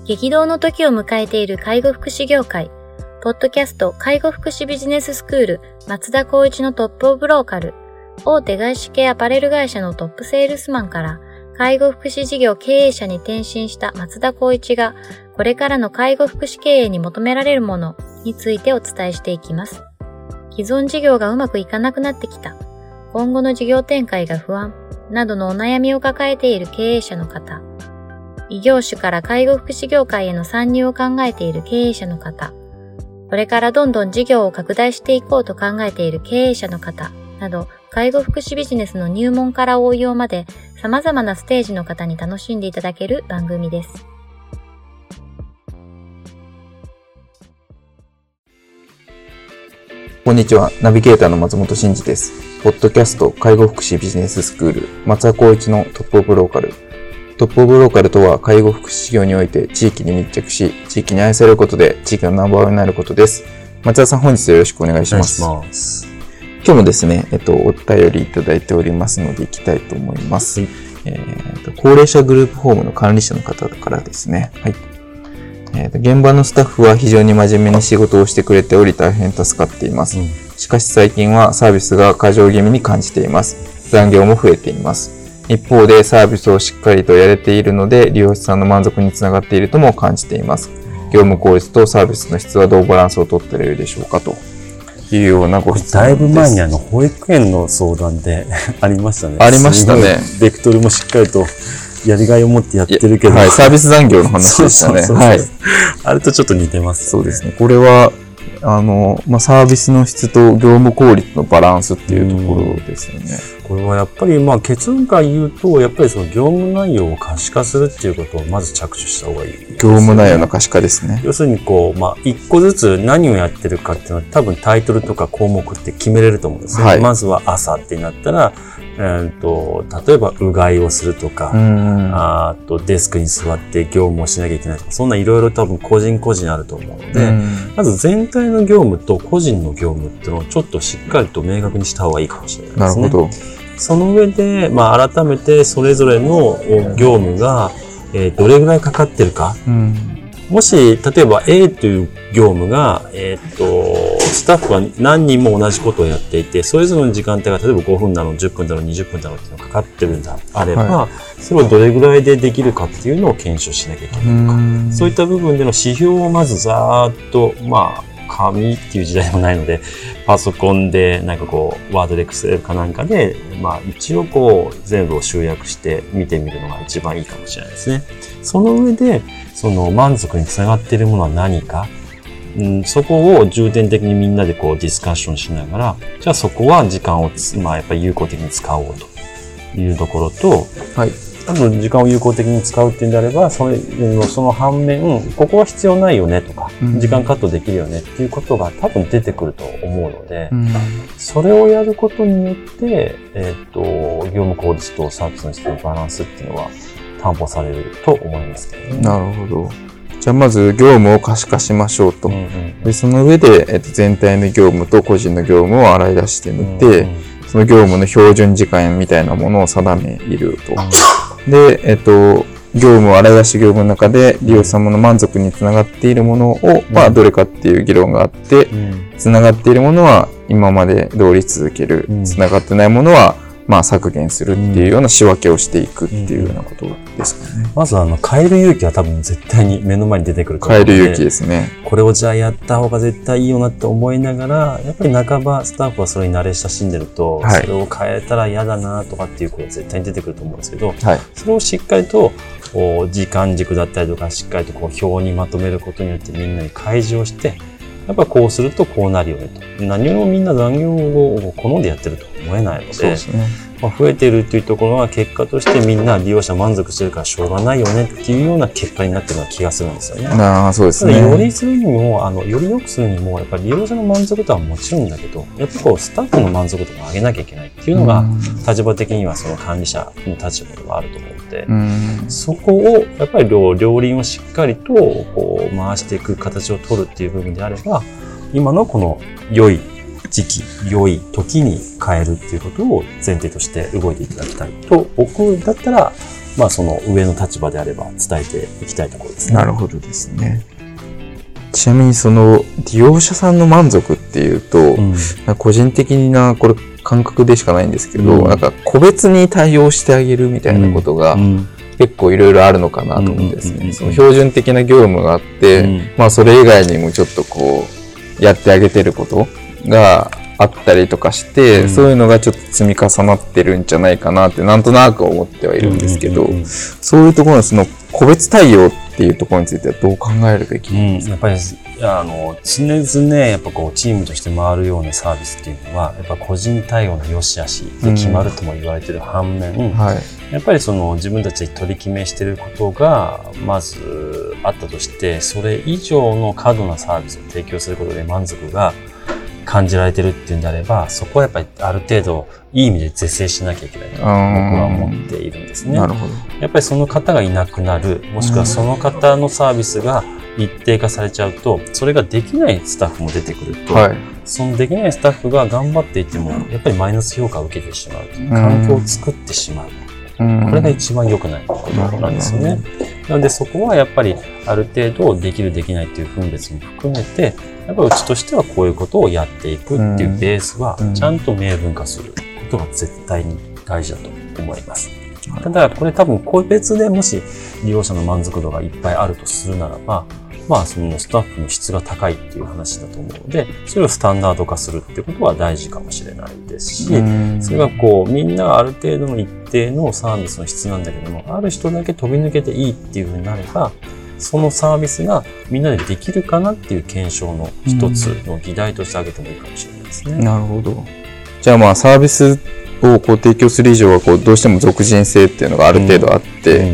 激動の時を迎えている介護福祉業界、ポッドキャスト介護福祉ビジネススクール松田光一のトップオブローカル、大手外資系アパレル会社のトップセールスマンから介護福祉事業経営者に転身した松田光一が、これからの介護福祉経営に求められるものについてお伝えしていきます。既存事業がうまくいかなくなってきた、今後の事業展開が不安などのお悩みを抱えている経営者の方、異業種から介護福祉業界への参入を考えている経営者の方、これからどんどん事業を拡大していこうと考えている経営者の方など、介護福祉ビジネスの入門から応用まで様々なステージの方に楽しんでいただける番組です。 こんにちは、ナビゲーターの松本真嗣です。ポッドキャスト介護福祉ビジネススクール松田光一のトップオブローカル。トップオブローカルとは、介護福祉事業において地域に密着し、地域に愛されることで地域のナンバーワンになることです。松田さん、本日よろしくお願いします。 お願いします。 今日もですね、お便りいただいておりますので行きたいと思います。高齢者グループホームの管理者の方からですね。はい。現場のスタッフは非常に真面目に仕事をしてくれており大変助かっています。しかし最近はサービスが過剰気味に感じています。残業も増えています。一方でサービスをしっかりとやれているので利用者さんの満足につながっているとも感じています。業務効率とサービスの質はどうバランスをとっているでしょうかというようなご質問です。 だいぶ前に保育園の相談でありましたね。 ありましたね。 ベクトルもしっかりとやりがいを持ってやってるけど、 はい、サービス残業の話でしたね。はい。 あれとちょっと似てます、ね。 そうですね。これはサービスの質と業務効率のバランスっていうところですよね。 これはやっぱり結論から言うと、やっぱりその業務内容を可視化するっていうことをまず着手した方がいい、ね。 業務内容の可視化ですね。 要するに一個ずつ何をやってるかっていうのは多分タイトルとか項目って決めれると思うんですね。はい、まずは朝ってなったら、例えばうがいをするとか、デスクに座って業務をしなきゃいけないとか、そんないろいろ多分個人あると思うので、まず全体の業務と個人の業務っていうのをちょっとしっかりと明確にした方がいいかもしれないですね。 なるほど。その上で、改めてそれぞれの業務が、どれぐらいかかってるか。もし、例えば A という業務が、スタッフは何人も同じことをやっていて、それぞれの時間帯が例えば5分だろう、10分だろう、20分だろうっていうのがかかってるんであれば、はい、それをどれぐらいでできるかっていうのを検証しなきゃいけないとか、そういった部分での指標をまずざーっと、紙っていう時代でもないので、パソコンでワードでエクセルかなんかで、一応全部を集約して見てみるのが一番いいかもしれないですね。その上で、その満足につながっているものは何か、そこを重点的にみんなでディスカッションしながら、じゃあそこは時間をやっぱり有効的に使おうというところと、はい。時間を有効的に使うっていうんであれば、その反面、ここは必要ないよねとか、時間カットできるよねっていうことが多分出てくると思うので、それをやることによって、業務効率とサービスの質のバランスっていうのは担保されると思いますけどね。 なるほど。じゃあまず業務を可視化しましょうと。でその上で、全体の業務と個人の業務を洗い出してみて、その業務の標準時間みたいなものを定めると。で、業務を洗い出し業務の中で利用者様の満足につながっているものを、どれかっていう議論があって、つながっているものは今まで通り続ける、つながってないものは削減するっていうような仕分けをしていくっていうようなことですかね。 まず変える勇気は多分絶対に目の前に出てくると思うので。 変える勇気ですね。 これをじゃあやった方が絶対いいよなって思いながら、やっぱり半ばスタッフはそれに慣れ親しんでると、それを変えたら嫌だなとかっていうことが絶対に出てくると思うんですけど、それをしっかりと時間軸だったりとかしっかりと表にまとめることによってみんなに開示をして、やっぱこうするとこうなるよねと。何もみんな残業を好んでやってると思えないので、そうですね。増えているというところは結果としてみんな利用者満足してるからしょうがないよねっていうような結果になってるような気がするんですよね。 そうですね。 よりするにも、より良くするにも、やっぱり利用者の満足度はもちろんだけど、やっぱスタッフの満足度も上げなきゃいけないっていうのが、立場的にはその管理者の立場ではあると思うので、そこをやっぱり両輪をしっかりと回していく形を取るっていう部分であれば、今のこの良い時期、良い時に変えるっていうことを前提として動いていただきたいと、僕だったらその上の立場であれば伝えていきたいところですね。 なるほどですね。ちなみにその利用者さんの満足っていうと、個人的なこれ感覚でしかないんですけど、なんか個別に対応してあげるみたいなことが結構いろいろあるのかなと思ってですね、その標準的な業務があって、それ以外にもちょっとこうやってあげてることがあったりとかして、そういうのがちょっと積み重なってるんじゃないかなってなんとなく思ってはいるんですけど、そういうところのその個別対応っていうところについてはどう考えるべきですか？ やっぱり常々やっぱこうチームとして回るようなサービスっていうのはやっぱ個人対応の良し悪しで決まるとも言われてる反面、やっぱりその自分たちで取り決めしてることがまずあったとして、それ以上の過度なサービスを提供することで満足が感じられてるっていうんであれば、そこはやっぱりある程度いい意味で是正しなきゃいけないと僕は思っているんですね。 なるほど。 やっぱりその方がいなくなる、もしくはその方のサービスが一定化されちゃうと、それができないスタッフも出てくると、そのできないスタッフが頑張っていてもやっぱりマイナス評価を受けてしまう、環境を作ってしまう。これが一番良くないことなんですよね。なのでそこはやっぱりある程度できるできないっていう分別も含めて、やっぱりうちとしてはこういうことをやっていくっていうベースはちゃんと明文化することが絶対に大事だと思います。ただこれ多分個別でもし利用者の満足度がいっぱいあるとするならば、そのスタッフの質が高いっていう話だと思うので、それをスタンダード化するってことは大事かもしれないですし、それがこうみんながある程度の一定のサービスの質なんだけども、ある人だけ飛び抜けていいっていうふうになれば、そのサービスがみんなでできるかなっていう検証の一つの議題として挙げてもいいかもしれないですね。 なるほど。じゃあサービスをこう提供する以上はどうしても属人性っていうのがある程度あって、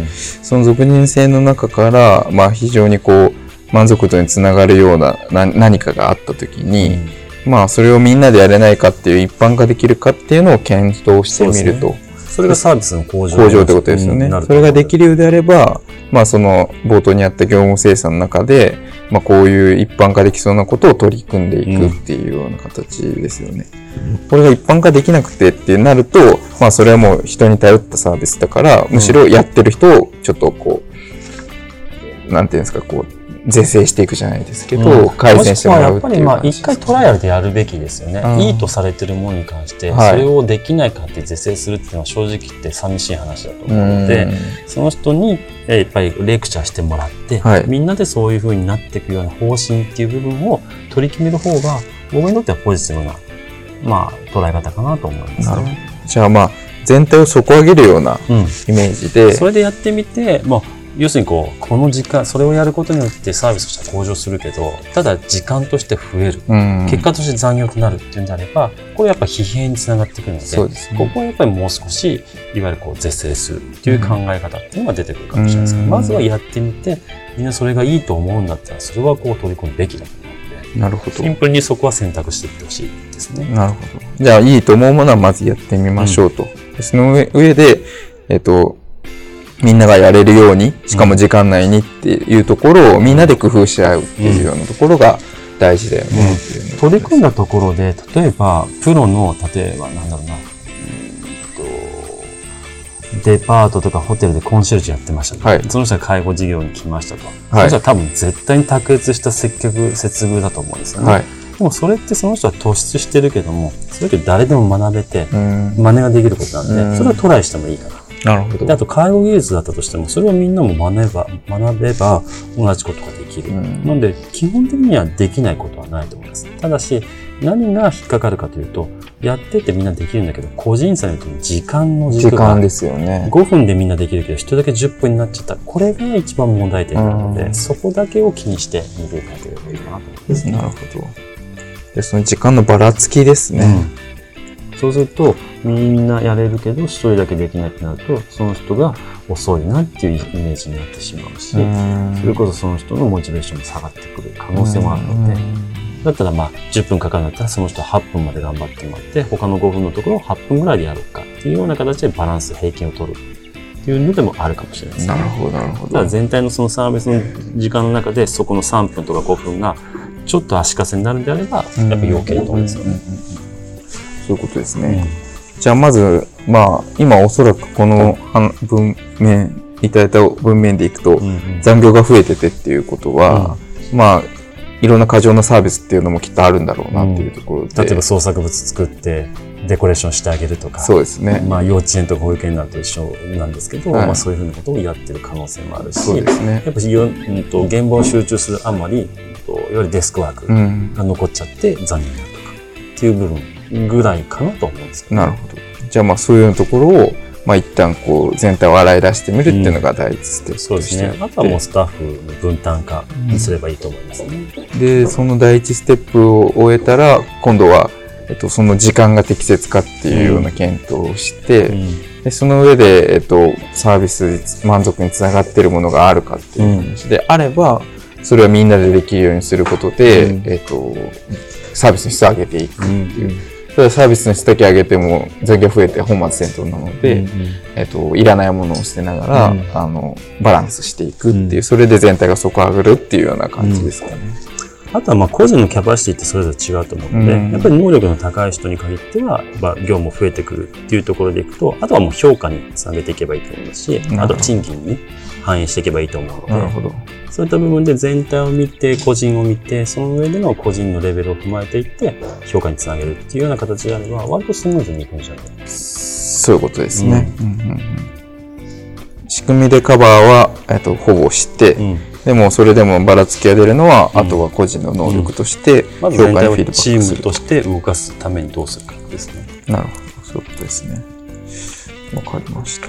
その属人性の中から非常に満足度につながるような何かがあったときに、それをみんなでやれないかっていう、一般化できるかっていうのを検討してみると。 それがサービスの向上ってことですよね。それができるようであれば、その冒頭にあった業務精査の中で、こういう一般化できそうなことを取り組んでいくっていうような形ですよね。これが一般化できなくてってなると、それはもう人に頼ったサービスだから、むしろやってる人をちょっとなんていうんですか、是正していくじゃないですけど、改善してもらうっていうやっぱり一回トライアルでやるべきですよね。いいとされてるものに関して、それをできないかって是正するっていうのは正直言って寂しい話だと思うので、その人にやっぱりレクチャーしてもらって、みんなでそういう風になっていくような方針っていう部分を取り決める方が、僕にとってはポジティブな、捉え方かなと思いますね。なるほど。 じゃあ全体を底上げるようなイメージで、 それでやってみて、要するにこの時間、それをやることによってサービスとしては向上するけど、ただ時間として増える。結果として残業となるっていうんであれば、これやっぱ疲弊につながってくるので、ここはやっぱりもう少し、いわゆる是正するっていう考え方っていうのが出てくるかもしれないですけど、まずはやってみて、みんなそれがいいと思うんだったら、それは取り込むべきだと思うので、 なるほど。 シンプルにそこは選択していってほしいですね。 なるほど。じゃあ、いいと思うものはまずやってみましょうと。その上で、みんながやれるように、しかも時間内にっていうところをみんなで工夫し合うっていうようなところが大事だよねっていう、 取り組んだところで、例えば、プロの、例えばデパートとかホテルでコンシェルジュやってましたと。その人が介護事業に来ましたと。その人は多分絶対に卓越した接遇だと思うんですよね。でもそれってその人は突出してるけども、それって誰でも学べて、真似ができることなんで、それはトライしてもいいかな。 なるほど。 で、あと介護技術だったとしても、それをみんなも学べば同じことができる。なので、基本的にはできないことはないと思います。ただし、何が引っかかるかというと、やっててみんなできるんだけど、個人差によって時間の軸が。 時間ですよね。 5分でみんなできるけど、人だけ10分になっちゃった。これが一番問題点なので、そこだけを気にして見ていかなければいいかなと思いますね。 なるほど。で、その時間のばらつきですね。 そうすると、みんなやれるけど、一人だけできないってなると、その人が遅いなっていうイメージになってしまうし、それこそその人のモチベーションも下がってくる可能性もあるので、だったら10分かかるんだったら、その人は8分まで頑張ってもらって、他の5分のところを8分ぐらいでやろうかっていうような形でバランス、平均を取るっていうのでもあるかもしれないですね。 なるほど、なるほど。 ただ全体のそのサービスの時間の中で、そこの3分とか5分がちょっと足かせになるんであれば、やっぱり要件だと思うんですよね。 そういうことですね。じゃあまず、 今おそらくこの文面、いただいた文面でいくと、残業が増えててっていうことは、いろんな過剰なサービスっていうのもきっとあるんだろうなっていうところで。 例えば創作物作ってデコレーションしてあげるとか。 そうですね。 幼稚園とか保育園なんと一緒なんですけど、そういうふうなことをやってる可能性もあるし、 そうですね。 やっぱり現場を集中するあまり、いわゆるデスクワークが残っちゃって残業になるとかっていう部分ぐらいかなと思うんですけど、 なるほど。じゃあそういうところを一旦全体を洗い出してみるっていうのが第一ステップとして、 そうですね。あとはもうスタッフの分担化にすればいいと思いますね。 で、その第一ステップを終えたら、今度は、その時間が適切かっていうような検討をして、でその上で、サービス満足につながっているものがあるかっていう話であれば、それはみんなでできるようにすることで、サービスの質を上げていくっていう。ただサービスの質だけ上げても残業増えて本末転倒なので、いらないものを捨てながら、バランスしていくっていう、それで全体が底上がるっていうような感じですかね。 あとは個人のキャパシティってそれぞれ違うと思うので、やっぱり能力の高い人に限っては、業務増えてくるっていうところでいくと、あとはもう評価につなげていけばいいと思いますし、あとは賃金に反映していけばいいと思うので、 なるほど。 そういった部分で全体を見て、個人を見て、その上での個人のレベルを踏まえていって、評価につなげるっていうような形であれば、割とスムーズにいくんじゃないですか。そういうことですね。仕組みでカバーは、ほぼして、でもそれでもばらつきが出るのは、あとは個人の能力として、 評価にフィードバックする。チームとして動かすためにどうするかですね。 なるほど。そういうことですね。わかりました。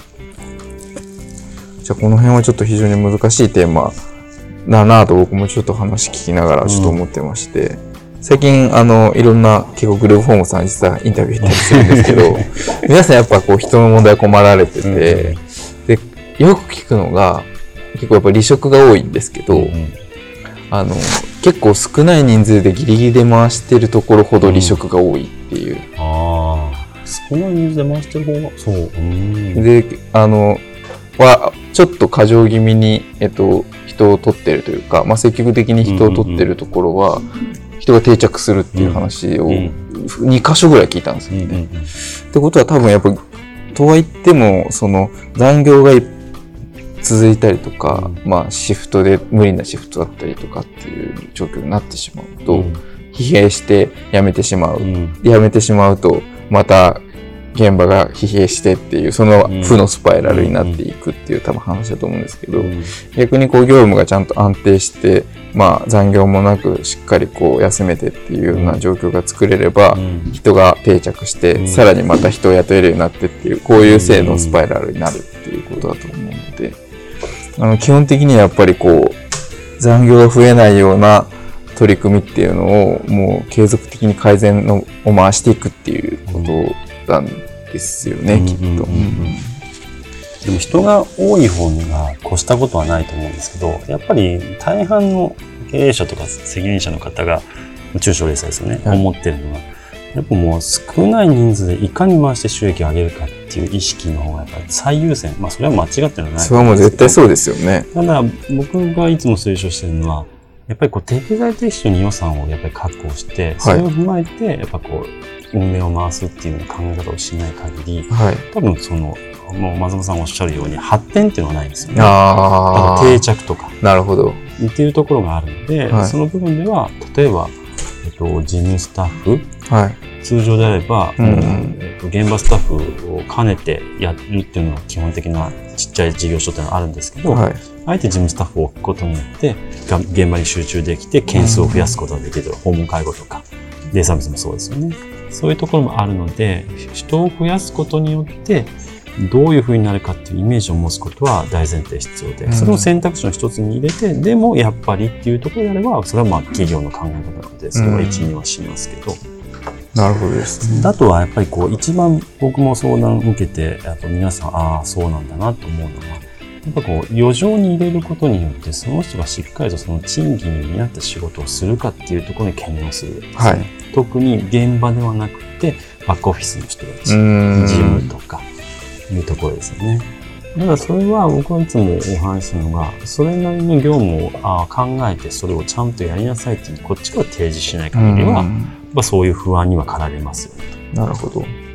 じゃあこの辺はちょっと非常に難しいテーマだなと僕もちょっと話聞きながらちょっと思ってまして、最近いろんな結構グループホームさん実はインタビュー行ったりするんですけど、皆さんやっぱ人の問題困られてて、で、よく聞くのが結構やっぱ離職が多いんですけど、結構少ない人数でギリギリで回してるところほど離職が多いっていう。 少ない人数で回してる方が、そう。 で、ちょっと過剰気味に、人を取ってるというか、積極的に人を取ってるところは、人が定着するっていう話を2箇所ぐらい聞いたんですよね。ってことは多分やっぱ、とは言っても、残業が続いたりとか、シフトで無理なシフトだったりとかっていう状況になってしまうと、疲弊して辞めてしまう。辞めてしまうと、また、現場が疲弊してっていう、その負のスパイラルになっていくっていう多分話だと思うんですけど、逆に業務がちゃんと安定して、残業もなくしっかり休めてっていうような状況が作れれば、人が定着して、さらにまた人を雇えるようになってっていう、こういう性のスパイラルになるっていうことだと思うので、基本的にはやっぱり残業が増えないような取り組みっていうのを、もう継続的に改善を回していくっていうことなんですよね、きっと。 でも人が多い方には越したことはないと思うんですけど、やっぱり大半の経営者とか責任者の方が、中小零細ですよね、思ってるのは、やっぱもう少ない人数でいかに回して収益を上げるかっていう意識の方がやっぱり最優先。それは間違ってるのはないと思うんですけど。 それはもう絶対そうですよね。 ただ僕がいつも推奨してるのは、やっぱり適材適所に予算をやっぱり確保して、それを踏まえて、やっぱ運営を回すっていうような考え方をしない限り、多分もう松本さんおっしゃるように発展っていうのはないんですよね。定着とか。 なるほど。 っていうところがあるので、その部分では、例えば、事務スタッフ、通常であれば、現場スタッフを兼ねてやるっていうのが基本的なちっちゃい事業所っていうのはあるんですけど、あえて事務スタッフを置くことによって、現場に集中できて、件数を増やすことができる。訪問介護とか、デイサービスもそうですよね。そういうところもあるので、人を増やすことによって、どういう風になるかっていうイメージを持つことは大前提必要で、それを選択肢の一つに入れて、でもやっぱりっていうところであれば、それは企業の考え方なので、それは一任はしますけど。 なるほどですね。 あとはやっぱり一番僕も相談を受けて、皆さん、そうなんだなと思うのは、やっぱ余剰に入れることによって、その人がしっかりとその賃金に見合った仕事をするかっていうところに懸念をするんですね。特に現場ではなくて、バックオフィスの人たち、事務とか、いうところですよね。だからそれは僕はいつもお話しするのが、それなりの業務を考えてそれをちゃんとやりなさいっていうこっちから提示しない限りは、そういう不安には駆られますよね。 なるほど。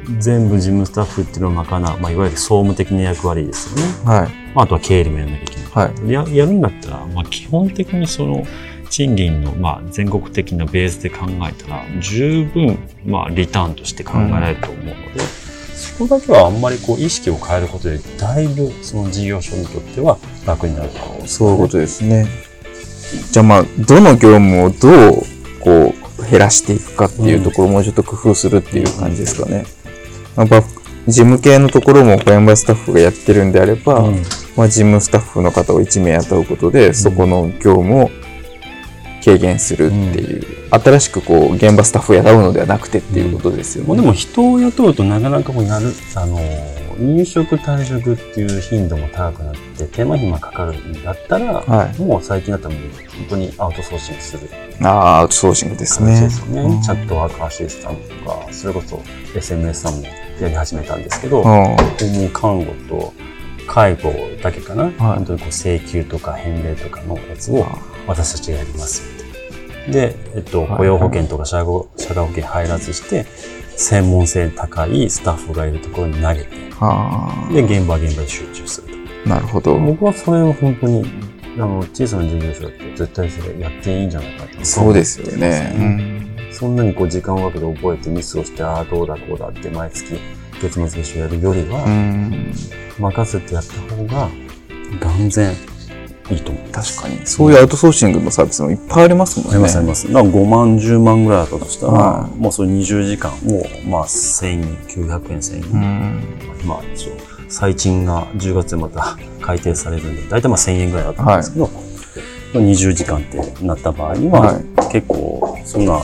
全部事務スタッフっていうのを賄う、いわゆる総務的な役割ですよね。 はい。 あとは経理もやらなきゃいけない。 はい。 やるんだったら、基本的にその賃金の、全国的なベースで考えたら、十分、リターンとして考えられると思うので、そこだけはあんまり意識を変えることで、だいぶその事業所にとっては楽になると思う、 そういうことですね。じゃあどの業務をどう、減らしていくかっていうところをもうちょっと工夫するっていう感じですかね。事務系のところも現場スタッフがやってるんであれば、事務スタッフの方を1名雇うことで、そこの業務を軽減するっていう、新しく現場スタッフを雇うのではなくてっていうことですよね。 でも人を雇うとなかなか入職退職っていう頻度も高くなって手間暇かかるんだったら、もう最近だったらもう本当にアウトソーシングする。 アウトソーシングですね。 ですね。チャットワークアシスタントとか、それこそ SMS さんもやり始めたんですけど、訪問看護と介護だけかな。本当に請求とか返礼とかのやつを私たちがやりますみたいな。で、雇用保険とか社会保険入らずして、専門性高いスタッフがいるところに投げて、で、現場で集中すると。 なるほど。 僕はそれを本当に、小さな事業所だって絶対それやっていいんじゃないかと。 そうですよね。 そんなに時間をかけて覚えてミスをして、どうだこうだって毎月月末月初やるよりは、任せてやった方が断然いいと思う。 確かに。そういうアウトソーシングのサービスもいっぱいありますもんね。 あります。だから5万、10万ぐらいだったとしたら、もうそれ20時間を、1900円、1000円。最賃が10月でまた改定されるんで、だいたい1000円ぐらいだったんですけど、20時間ってなった場合には、結構、そんな、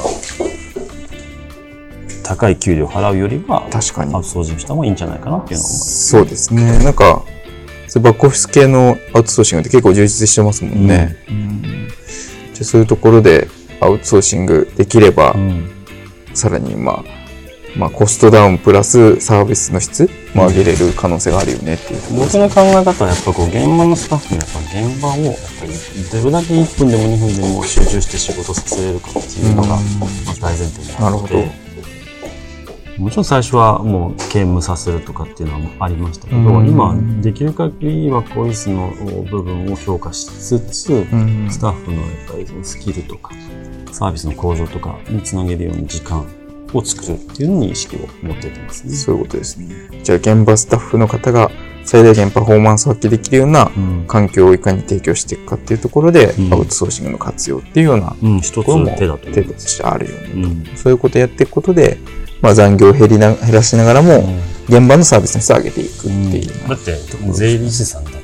高い給料を払うよりは、 確かにアウトソーシングした方がいいんじゃないかなっていうのを思います。 そうですね。バックオフィス系のアウトソーシングって結構充実してますもんね。じゃあそういうところでアウトソーシングできれば、さらにコストダウンプラスサービスの質も上げれる可能性があるよねっていう。 僕の考え方はやっぱ現場のスタッフにやっぱ現場をやっぱりどれだけ1分でも2分でも集中して仕事させれるかっていうのが大前提になるので。もちろん最初はもう兼務させるとかっていうのはありましたけど、今できる限りバックオフィスの部分を評価しつつ、スタッフのやっぱりスキルとかサービスの向上とかにつなげるように時間を作るっていうのに意識を持っていってますね。 そういうことですね。じゃあ現場スタッフの方が最大限パフォーマンスを発揮できるような環境をいかに提供していくかっていうところで、アウトソーシングの活用っていうような一つの手としてあるよね。そういうことをやっていくことで、残業を減らしながらも、現場のサービスの質を上げていくっていう。 だって、税理士さんだって、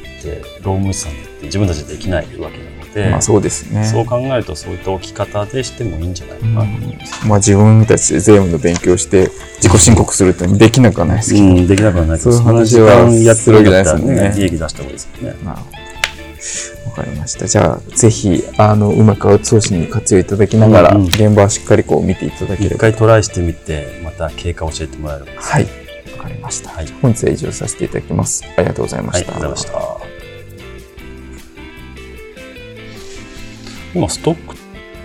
労務士さんだって自分たちでできないわけなので、 そうですね。 そう考えると、そういった置き方でしてもいいんじゃないかなと思います。 自分たちで税務の勉強して、自己申告するってできなくはないですけど。 できなくはないけど、 そういう話はやってるわけじゃないですもんね。利益出した方がいいですよね。 わかりました。じゃあ、ぜひ、うまくアウトソーシングに活用いただきながら、現場はしっかり見ていただければ。 一回トライしてみて、また経過を教えてもらえれば。 はい。わかりました。本日は以上させていただきます。ありがとうございました。 ありがとうございました。今、ストック。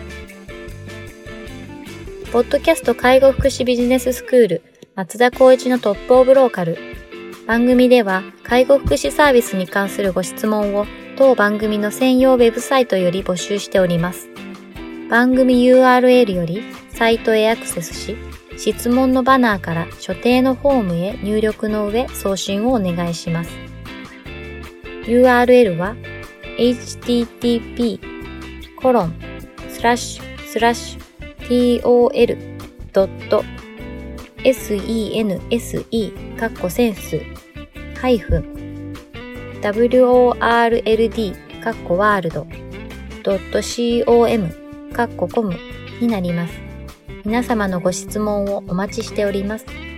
ポッドキャスト介護福祉ビジネススクール、松田光一のトップオブローカル。番組では、介護福祉サービスに関するご質問を、当番組の専用ウェブサイトより募集しております。番組 URL よりサイトへアクセスし、質問のバナーから所定のフォームへ入力の上送信をお願いします。URL は http://tol.sense-world.com になります。皆様のご質問をお待ちしております。